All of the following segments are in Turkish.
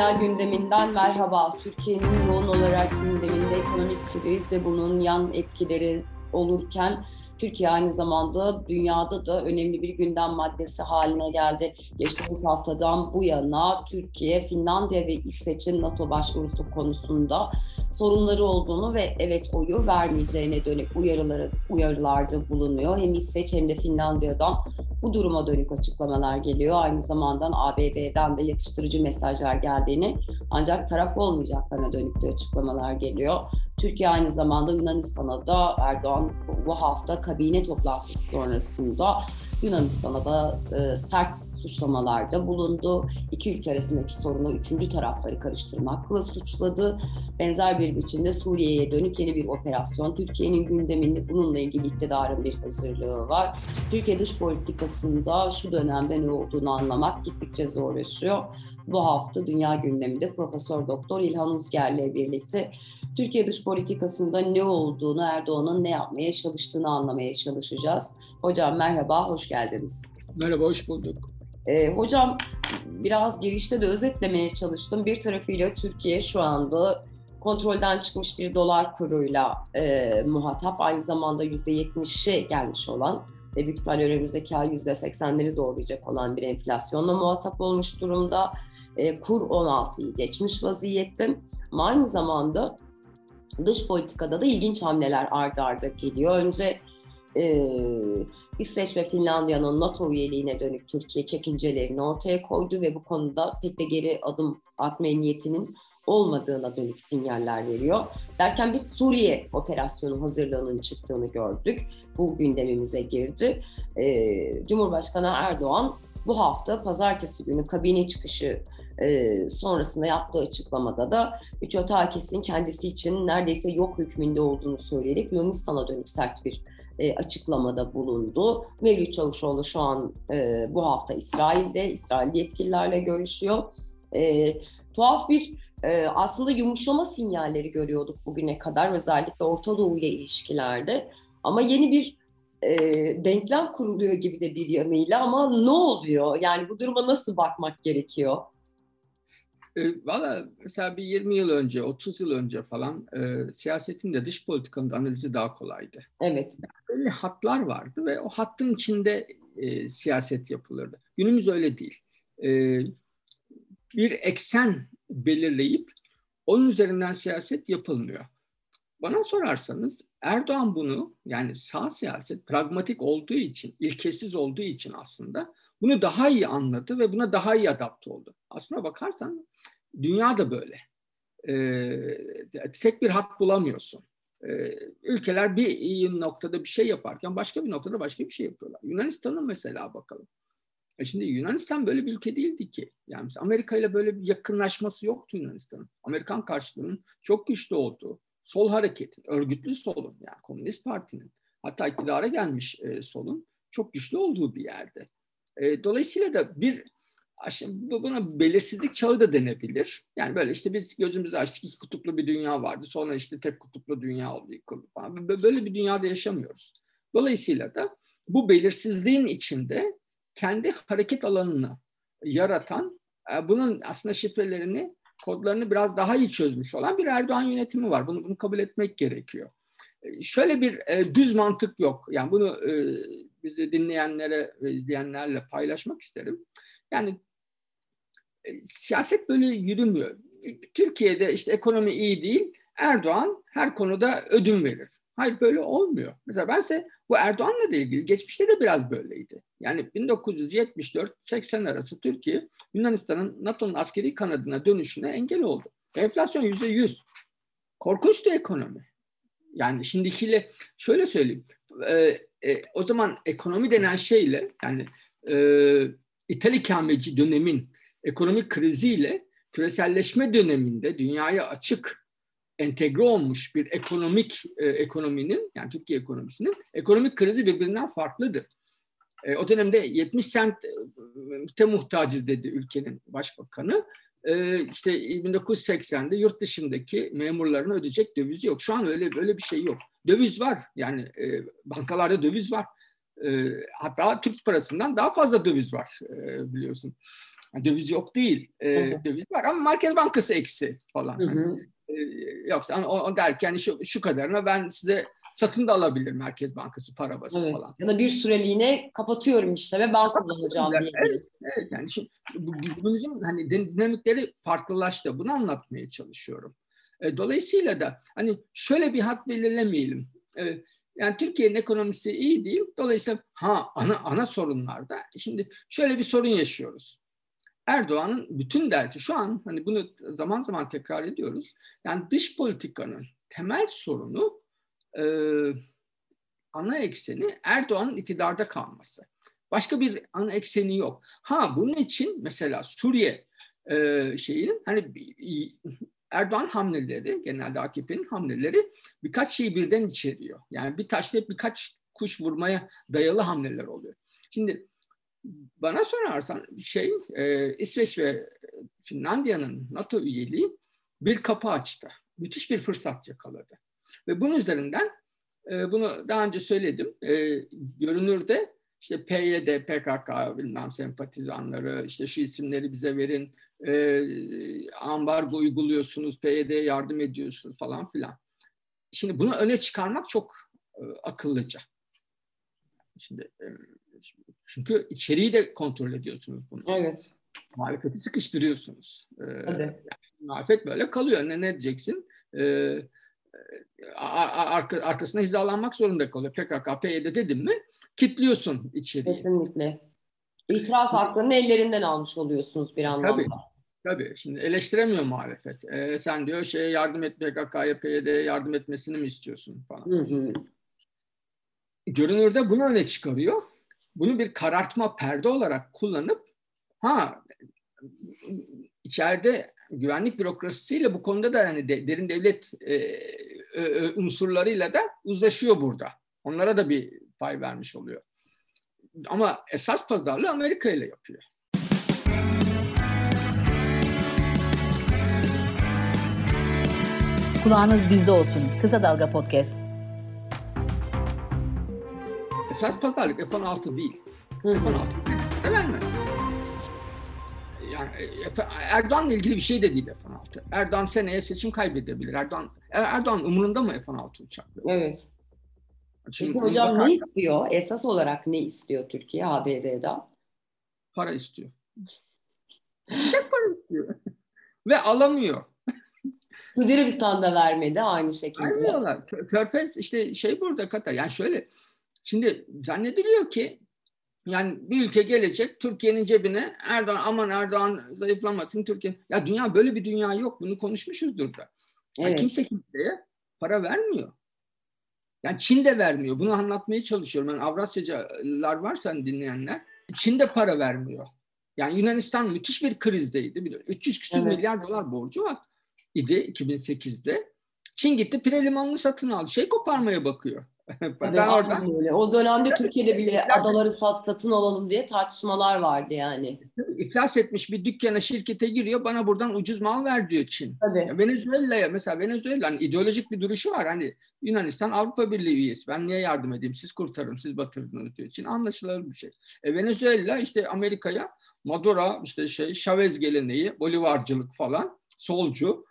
Dünya gündeminden merhaba. Türkiye'nin yoğun olarak gündeminde ekonomik kriz ve bunun yan etkileri olurken Türkiye aynı zamanda dünyada da önemli bir gündem maddesi haline geldi. Geçtiğimiz haftadan bu yana Türkiye, Finlandiya ve İsveç'in NATO başvurusu konusunda sorunları olduğunu ve evet oyu vermeyeceğine dönük uyarılarda bulunuyor. Hem İsveç hem de Finlandiya'dan bu duruma dönük açıklamalar geliyor. Aynı zamanda ABD'den de yatıştırıcı mesajlar geldiğini ancak taraf olmayacaklarına dönük de açıklamalar geliyor. Türkiye aynı zamanda Yunanistan'a da Erdoğan bu hafta kabine toplantısı sonrasında Yunanistan'a da sert suçlamalarda bulundu. İki ülke arasındaki sorunu üçüncü tarafları karıştırmakla suçladı. Benzer bir biçimde Suriye'ye dönük yeni bir operasyon. Türkiye'nin gündeminde bununla ilgili iktidarın bir hazırlığı var. Türkiye dış politikasında şu dönemde ne olduğunu anlamak gittikçe zorlaşıyor. Bu hafta dünya gündeminde Profesör Doktor İlhan Uzger'le birlikte Türkiye dış politikasında ne olduğunu, Erdoğan'ın ne yapmaya çalıştığını anlamaya çalışacağız. Hocam merhaba, hoş geldiniz. Merhaba, hoş bulduk. Hocam biraz girişte de özetlemeye çalıştım. Bir tarafıyla Türkiye şu anda kontrolden çıkmış bir dolar kuruyla muhatap. Aynı zamanda %70'e gelmiş olan ve büyük ihtimalle önümüzdeki ay %80'leri zorlayacak olan bir enflasyonla muhatap olmuş durumda. Kur 16'yı geçmiş vaziyette. Ama aynı zamanda dış politikada da ilginç hamleler ard arda geliyor. Önce İsveç ve Finlandiya'nın NATO üyeliğine dönük Türkiye çekincelerini ortaya koydu ve bu konuda pek de geri adım atma niyetinin olmadığına dönük sinyaller veriyor. Derken biz Suriye operasyonu hazırlığının çıktığını gördük. Bu gündemimize girdi. Cumhurbaşkanı Erdoğan bu hafta pazartesi günü kabine çıkışı sonrasında yaptığı açıklamada da Mitsotakis'in kendisi için neredeyse yok hükmünde olduğunu söyleyerek Yunanistan'a dönük sert bir açıklamada bulundu. Mevlüt Çavuşoğlu şu an bu hafta İsrail'de yetkililerle görüşüyor. Tuhaf bir aslında yumuşama sinyalleri görüyorduk bugüne kadar, özellikle Orta Doğu ile ilişkilerde. Ama yeni bir denklem kuruluyor gibi de bir yanıyla, ama ne oluyor? Yani bu duruma nasıl bakmak gerekiyor? Valla mesela bir 20 yıl önce, 30 yıl önce falan siyasetin de dış politikanın da analizi daha kolaydı. Evet. Yani belli hatlar vardı ve o hattın içinde siyaset yapılırdı. Günümüz öyle değil. Bir eksen belirleyip onun üzerinden siyaset yapılmıyor. Bana sorarsanız Erdoğan bunu, yani sağ siyaset pragmatik olduğu için, ilkesiz olduğu için aslında bunu daha iyi anladı ve buna daha iyi adapte oldu. Aslına bakarsan dünya da böyle. Tek bir hat bulamıyorsun. Ülkeler bir iyi noktada bir şey yaparken başka bir noktada başka bir şey yapıyorlar. Yunanistan'ın mesela bakalım. Şimdi Yunanistan böyle bir ülke değildi ki. Yani Amerika ile böyle bir yakınlaşması yoktu Yunanistan'ın. Amerikan karşıtlığının çok güçlü olduğu, sol hareketin, örgütlü solun, yani Komünist Parti'nin, hatta iktidara gelmiş solun çok güçlü olduğu bir yerde. Dolayısıyla da buna belirsizlik çağı da denebilir. Yani böyle işte biz gözümüzü açtık, iki kutuplu bir dünya vardı. Sonra işte tek kutuplu dünya oldu, yıkıldı falan. Böyle bir dünyada yaşamıyoruz. Dolayısıyla da bu belirsizliğin içinde kendi hareket alanını yaratan, bunun aslında şifrelerini, kodlarını biraz daha iyi çözmüş olan bir Erdoğan yönetimi var. Bunu kabul etmek gerekiyor. Şöyle bir düz mantık yok. Yani bunu bizi dinleyenlere ve izleyenlerle paylaşmak isterim. Yani siyaset böyle yürümüyor. Türkiye'de işte ekonomi iyi değil, Erdoğan her konuda ödün verir. Hayır, böyle olmuyor. Mesela bense bu Erdoğan'la da ilgili geçmişte de biraz böyleydi. Yani 1974-80 arası Türkiye Yunanistan'ın NATO'nun askeri kanadına dönüşüne engel oldu. Enflasyon %100. Korkunçtu ekonomi. Yani şimdikiyle şöyle söyleyeyim. O zaman ekonomi denen şeyle, yani İthal ikameci dönemin ekonomik kriziyle küreselleşme döneminde dünyaya açık, entegre olmuş bir ekonominin, yani Türkiye ekonomisinin ekonomik krizi birbirinden farklıdır. O dönemde 70 sente muhtacız dedi ülkenin başbakanı. İşte 1980'de yurt dışındaki memurlarına ödeyecek dövizi yok. Şu an böyle bir şey yok. Döviz var, yani bankalarda döviz var. Hatta Türk parasından daha fazla döviz var, biliyorsun. Döviz yok değil. Döviz var ama Merkez Bankası eksi falan. Yoksa o derken şu kadarına ben size satın da alabilir Merkez Bankası para basıp falan. Ya da bir süreliğine kapatıyorum işte ve ben kullanacağım diye. Evet, yani şimdi günümüzün hani dinamikleri farklılaştı. Bunu anlatmaya çalışıyorum. Dolayısıyla da hani şöyle bir hat belirlemeyelim. Yani Türkiye'nin ekonomisi iyi değil. Dolayısıyla ana sorunlarda şimdi şöyle bir sorun yaşıyoruz. Erdoğan'ın bütün derdi şu an hani bunu zaman zaman tekrar ediyoruz. Yani dış politikanın temel sorunu ana ekseni Erdoğan'ın iktidarda kalması. Başka bir ana ekseni yok. Bunun için mesela Suriye şeyinin hani Erdoğan hamleleri, genelde AKP'nin hamleleri birkaç şeyi birden içeriyor. Yani bir taşla birkaç kuş vurmaya dayalı hamleler oluyor. Şimdi bana sorarsan İsveç ve Finlandiya'nın NATO üyeliği bir kapı açtı. Müthiş bir fırsat yakaladı. Ve bunun üzerinden bunu daha önce söyledim. Görünürde işte PYD, PKK, bilmem sempatizanları, işte şu isimleri bize verin, ambargo uyguluyorsunuz, PYD'ye yardım ediyorsunuz falan filan. Şimdi bunu öne çıkarmak çok akıllıca. Şimdi çünkü içeriği de kontrol ediyorsunuz bunu. Evet. Muhalefeti sıkıştırıyorsunuz. Yani muhalefet böyle kalıyor. Ne diyeceksin? Arkasına hizalanmak zorunda kalıyor. PKK, PYD dedim mi kilitliyorsun içeriği. kesinlikle. İtiraz haklarını ellerinden almış oluyorsunuz bir anlamda. Tabii. Şimdi eleştiremiyor muhalefet. Sen diyor yardım et, PKK'ya, PYD'ye yardım etmesini mi istiyorsun falan. Görünürde bunu öne çıkarıyor. Bunu bir karartma perde olarak kullanıp içeride güvenlik bürokrasisiyle bu konuda da hani derin devlet unsurlarıyla da uzlaşıyor burada. Onlara da bir pay vermiş oluyor. Ama esas pazarlığı Amerika ile yapıyor. Kulağınız bizde olsun. Kısa Dalga Podcast. Esas pazarlık F-16 değil. F-16 de vermez. Yani Erdoğan'la ilgili bir şey de değil F-16. Erdoğan seneye seçim kaybedebilir. Erdoğan umurunda mı F-16 uçakları? Evet. Şimdi peki hocam ne istiyor? Esas olarak ne istiyor Türkiye ABD'den? Para istiyor. Sıcak para istiyor. Ve alamıyor. Suudi Arabistan'da vermedi aynı şekilde. Vermiyorlar. Körfez işte burada Katar. Yani şöyle şimdi zannediliyor ki yani bir ülke gelecek Türkiye'nin cebine Erdoğan zayıflamasın Türkiye. Ya dünya böyle bir dünya yok. Bunu konuşmuşuzdur da. Evet. Yani kimse kimseye para vermiyor. Yani Çin de vermiyor. Bunu anlatmaya çalışıyorum. Yani Avrasyacılar varsa dinleyenler. Çin de para vermiyor. Yani Yunanistan müthiş bir krizdeydi. 300 küsur milyar dolar borcu var idi 2008'de. Çin gitti Pire Limanı'nı satın aldı. Koparmaya bakıyor. Ben oradan öyle. O dönemde Türkiye'de bile adaları satın alalım diye tartışmalar vardı yani. İflas etmiş bir dükkana, şirkete giriyor. Bana buradan ucuz mal ver diyor Çin. Ya Venezuela'ya mesela hani ideolojik bir duruşu var. Hani Yunanistan Avrupa Birliği üyesi. Ben niye yardım edeyim? Siz kurtarın, siz batırdınız diyor Çin. Anlaşılır bir şey. Venezuela işte Amerika'ya Maduro Chavez geleneği, Bolivarcılık falan, solcu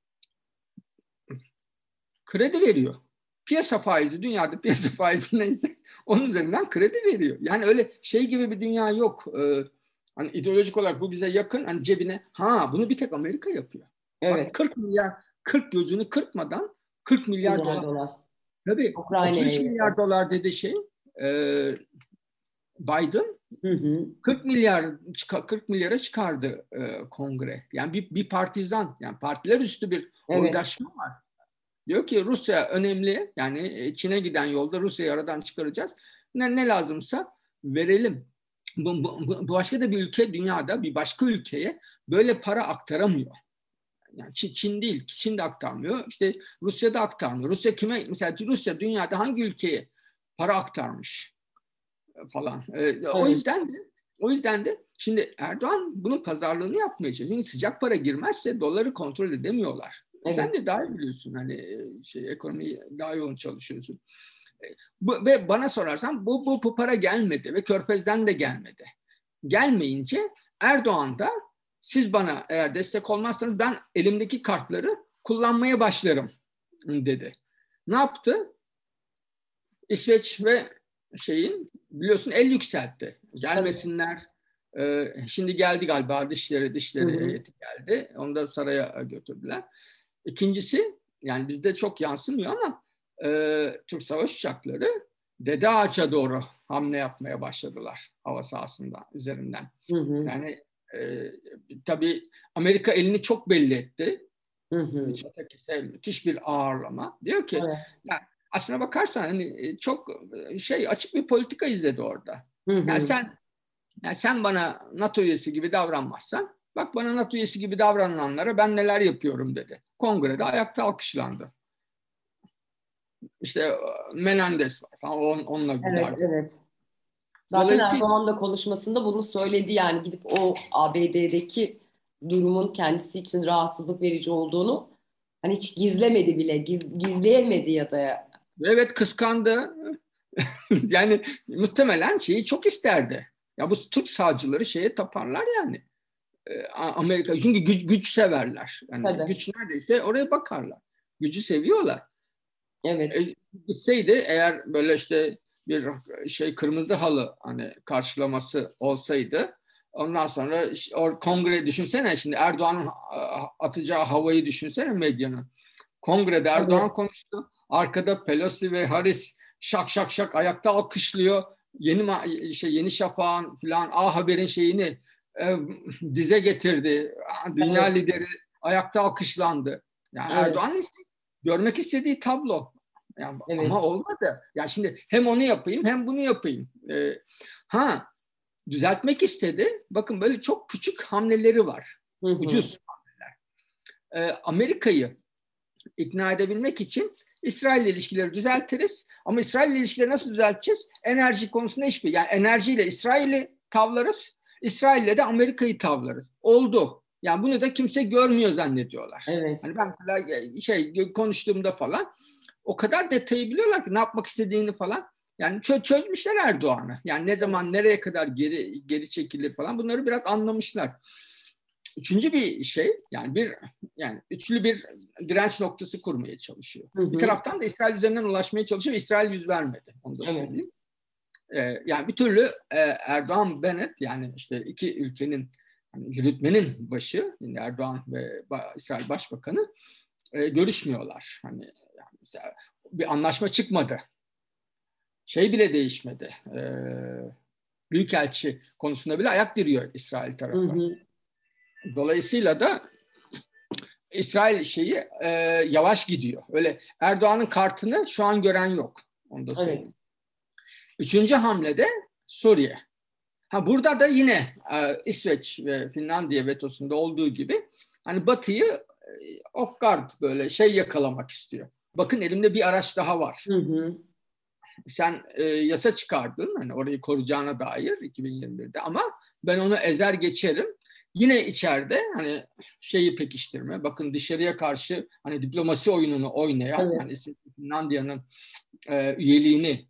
kredi veriyor. Piyasa faizi, dünyada piyasa faizi neyse onun üzerinden kredi veriyor. Yani öyle gibi bir dünya yok. Hani ideolojik olarak bu bize yakın. Hani cebine bunu bir tek Amerika yapıyor. Evet. Bak 40 gözünü kırpmadan 40 milyar dolar. Tabii 33 milyar dolar dedi Biden. 40 milyara çıkardı kongre. Yani bir partizan, yani partiler üstü bir oydaşma var. Diyor ki Rusya önemli. Yani Çin'e giden yolda Rusya'yı aradan çıkaracağız. Ne lazımsa verelim. Bu başka da bir ülke dünyada bir başka ülkeye böyle para aktaramıyor. Yani Çin değil. Çin de aktarmıyor. İşte Rusya da aktarmıyor. Rusya kime? Mesela Rusya dünyada hangi ülkeye para aktarmış falan. O yüzden de şimdi Erdoğan bunun pazarlığını yapmaya çalışıyor. Çünkü sıcak para girmezse doları kontrol edemiyorlar. Evet. Sen de daha iyi biliyorsun hani ekonomiyi daha yoğun çalışıyorsun. Ve bana sorarsan bu para gelmedi ve Körfez'den de gelmedi. Gelmeyince Erdoğan da siz bana eğer destek olmazsanız ben elimdeki kartları kullanmaya başlarım dedi. Ne yaptı? İsveç ve biliyorsun el yükseltti. Gelmesinler. Şimdi geldi galiba dışişleri heyeti geldi. Onu da saraya götürdüler. İkincisi, yani bizde çok yansımıyor ama Türk savaş uçakları Dede Ağaç'a doğru hamle yapmaya başladılar hava sahasından üzerinden. Yani tabii Amerika elini çok belli etti. Müthiş bir ağırlama. Diyor ki ya, aslına bakarsan hani çok açık bir politika izledi orada. Yani sen bana NATO üyesi gibi davranmazsan, bak bana NATO üyesi gibi davrananlara ben neler yapıyorum dedi. Kongrede ayakta alkışlandı. İşte Menendez var falan, onunla gülerdi. Evet. Zaten Erdoğan da konuşmasında bunu söyledi, yani gidip o ABD'deki durumun kendisi için rahatsızlık verici olduğunu hani hiç gizlemedi bile, gizleyemedi ya da. Evet, kıskandı. Yani muhtemelen çok isterdi. Ya bu Türk sağcıları taparlar yani. Amerika çünkü güç severler. Yani tabii. Güç neredeyse oraya bakarlar. Gücü seviyorlar. Evet. Gitseydi eğer böyle bir kırmızı halı hani karşılaması olsaydı, ondan sonra o kongre düşünsene, şimdi Erdoğan'ın atacağı havayı düşünsene medyanın. Kongrede Erdoğan konuştu. Arkada Pelosi ve Harris şak şak şak ayakta alkışlıyor. Yeni Şafak'ın falan A Haber'in dize getirdi. Dünya lideri ayakta alkışlandı. Yani Erdoğan'ın görmek istediği tablo. Yani, ama olmadı. Yani şimdi hem onu yapayım hem bunu yapayım. Düzeltmek istedi. Bakın böyle çok küçük hamleleri var. Ucuz hamleler. Amerika'yı ikna edebilmek için İsrail'le ilişkileri düzeltiriz. Ama İsrail'le ilişkileri nasıl düzelteceğiz? Enerji konusunda hiçbir. Yani enerjiyle İsrail'i tavlarız. İsrail'le de Amerika'yı tavlarız. Oldu. Yani bunu da kimse görmüyor zannediyorlar. Evet. Hani ben mesela konuştuğumda falan o kadar detayı biliyorlar ki ne yapmak istediğini falan. Yani çözmüşler Erdoğan'ı. Yani ne zaman nereye kadar geri çekilir falan, bunları biraz anlamışlar. Üçüncü bir yani üçlü bir direnç noktası kurmaya çalışıyor. Bir taraftan da İsrail üzerinden ulaşmaya çalışıyor ve İsrail yüz vermedi. Onu da söyleyeyim. Yani bir türlü Erdoğan Bennett, yani iki ülkenin yürütmenin başı, yani Erdoğan ve İsrail Başbakanı görüşmüyorlar. Hani yani mesela bir anlaşma çıkmadı. Bile değişmedi. Büyükelçi konusunda bile ayak diriyor İsrail tarafı. Dolayısıyla da İsrail yavaş gidiyor. Öyle Erdoğan'ın kartını şu an gören yok. Onu da söyleyeyim. Üçüncü hamlede Suriye. Burada da yine İsveç ve Finlandiya vetosunda olduğu gibi hani Batı'yı off guard böyle yakalamak istiyor. Bakın elimde bir araç daha var. Sen yasa çıkardın hani orayı koruyacağına dair 2021'de, ama ben onu ezer geçerim. Yine içeride hani pekiştirme. Bakın dışarıya karşı hani diplomasi oyununu oynayan, hani İsveç ve Finlandiya'nın üyeliğini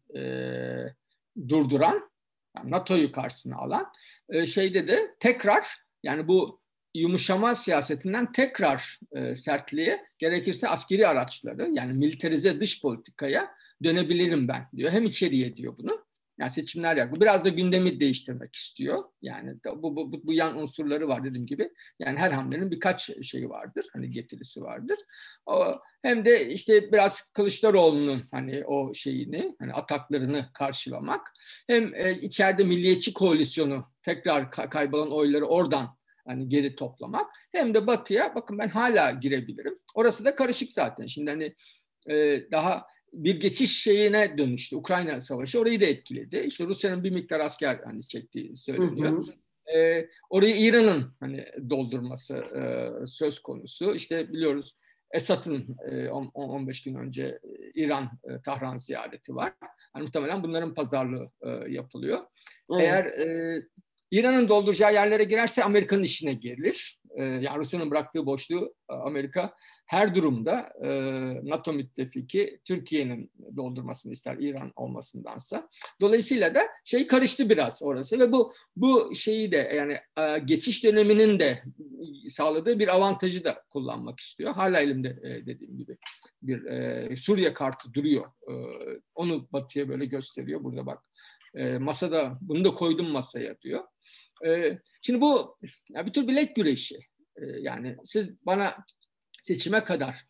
durduran, yani NATO'yu karşısına alan de tekrar, yani bu yumuşama siyasetinden tekrar sertliğe, gerekirse askeri araçları, yani militarize dış politikaya dönebilirim ben diyor. Hem içeriye diyor bunu. Yani seçimler yaklaşıyor. Biraz da gündemi değiştirmek istiyor. Yani bu yan unsurları var dediğim gibi. Yani her hamlenin birkaç vardır. Hani getirisi vardır. Hem de biraz Kılıçdaroğlu'nun hani o hani ataklarını karşılamak. Hem içeride milliyetçi koalisyonu tekrar kaybolan oyları oradan hani geri toplamak. Hem de Batı'ya bakın ben hala girebilirim. Orası da karışık zaten. Şimdi hani daha bir geçiş dönüştü. Ukrayna Savaşı orayı da etkiledi. Rusya'nın bir miktar asker hani çektiği söyleniyor. Orayı İran'ın hani doldurması söz konusu. Biliyoruz Esad'ın 15 gün önce İran Tahran ziyareti var. Yani muhtemelen bunların pazarlığı yapılıyor. Evet. Eğer İran'ın dolduracağı yerlere girerse Amerika'nın işine girilir. yani Rusya'nın bıraktığı boşluğu Amerika her durumda NATO müttefiki Türkiye'nin doldurmasını ister İran olmasındansa. Dolayısıyla da karıştı biraz orası ve bu şeyi de yani geçiş döneminin de sağladığı bir avantajı da kullanmak istiyor. Hala elimde dediğim gibi bir Suriye kartı duruyor. Onu Batı'ya böyle gösteriyor. Burada bak masada bunu da koydum masaya diyor. Şimdi bu bir tür bilek güreşi. Yani siz bana seçime kadar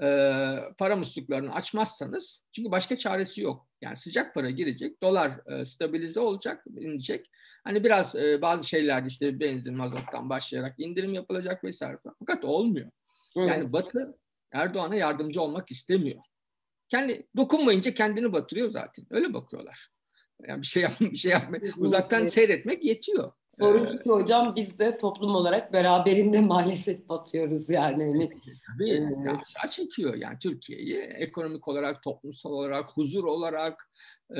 para musluklarını açmazsanız, çünkü başka çaresi yok. Yani sıcak para girecek, dolar stabilize olacak, inecek. Hani biraz bazı şeylerde işte benzin, mazottan başlayarak indirim yapılacak vesaire. Fakat olmuyor. Yani Batı Erdoğan'a yardımcı olmak istemiyor. Dokunmayınca kendini batırıyor zaten. Öyle bakıyorlar. Yani bir şey yapmak, uzaktan seyretmek yetiyor. Sorun şu hocam, biz de toplum olarak beraberinde maalesef batıyoruz yani. Tabii aşağı çekiyor yani Türkiye'yi ekonomik olarak, toplumsal olarak, huzur olarak,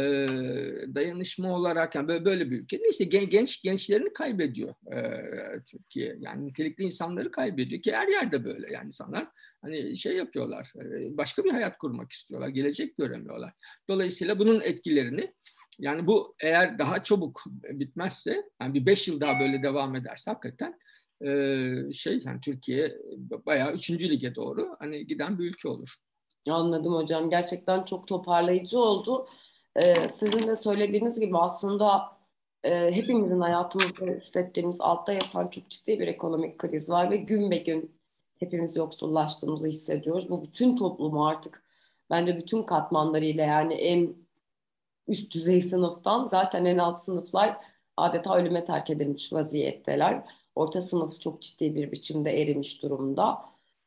dayanışma olarak, yani böyle bir ülkede işte gençlerini kaybediyor Türkiye. Yani nitelikli insanları kaybediyor ki her yerde böyle, yani insanlar hani yapıyorlar, başka bir hayat kurmak istiyorlar, gelecek göremiyorlar. Dolayısıyla bunun etkilerini, yani bu eğer daha çabuk bitmezse, yani bir 5 yıl daha böyle devam ederse hakikaten yani Türkiye bayağı 3. lige doğru hani giden bir ülke olur. Anladım hocam. Gerçekten çok toparlayıcı oldu. Sizin de söylediğiniz gibi aslında hepimizin hayatımızda hissettiğimiz, altta yatan çok ciddi bir ekonomik kriz var ve gün be gün hepimiz yoksullaştığımızı hissediyoruz. Bu bütün toplumu artık bence bütün katmanlarıyla, yani en üst düzey sınıftan zaten en alt sınıflar adeta ölüme terk edilmiş vaziyetteler. Orta sınıf çok ciddi bir biçimde erimiş durumda.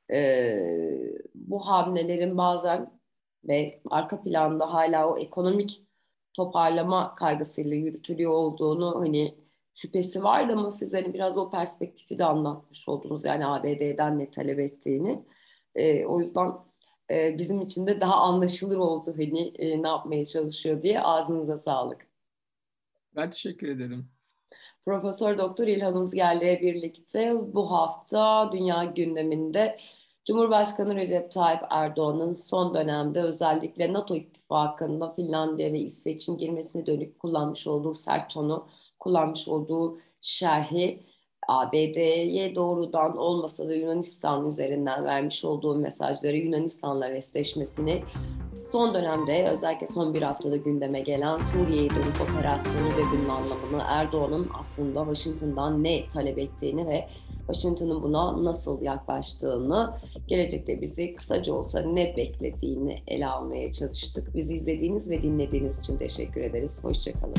Bu hamlelerin bazen ve arka planda hala o ekonomik toparlama kaygısıyla yürütülüyor olduğunu hani şüphesi vardı, ama siz hani biraz o perspektifi de anlatmış oldunuz. Yani ABD'den ne talep ettiğini. O yüzden bizim için de daha anlaşılır oldu hani ne yapmaya çalışıyor diye. Ağzınıza sağlık. Ben teşekkür ederim. Profesör Doktor İlhan Uzger'le birlikte bu hafta dünya gündeminde Cumhurbaşkanı Recep Tayyip Erdoğan'ın son dönemde özellikle NATO ittifakında Finlandiya ve İsveç'in girmesine dönük kullanmış olduğu sert tonu, kullanmış olduğu şerhi, ABD'ye doğrudan olmasa da Yunanistan üzerinden vermiş olduğu mesajları, Yunanistan'la restleşmesini, son dönemde özellikle son bir haftada gündeme gelen Suriye'ye dönük operasyonu ve bunun anlamını, Erdoğan'ın aslında Washington'dan ne talep ettiğini ve Washington'ın buna nasıl yaklaştığını, gelecekte bizi kısaca olsa ne beklediğini ele almaya çalıştık. Bizi izlediğiniz ve dinlediğiniz için teşekkür ederiz. Hoşçakalın.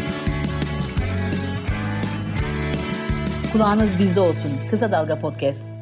Kulağınız bizde olsun. Kısa Dalga Podcast.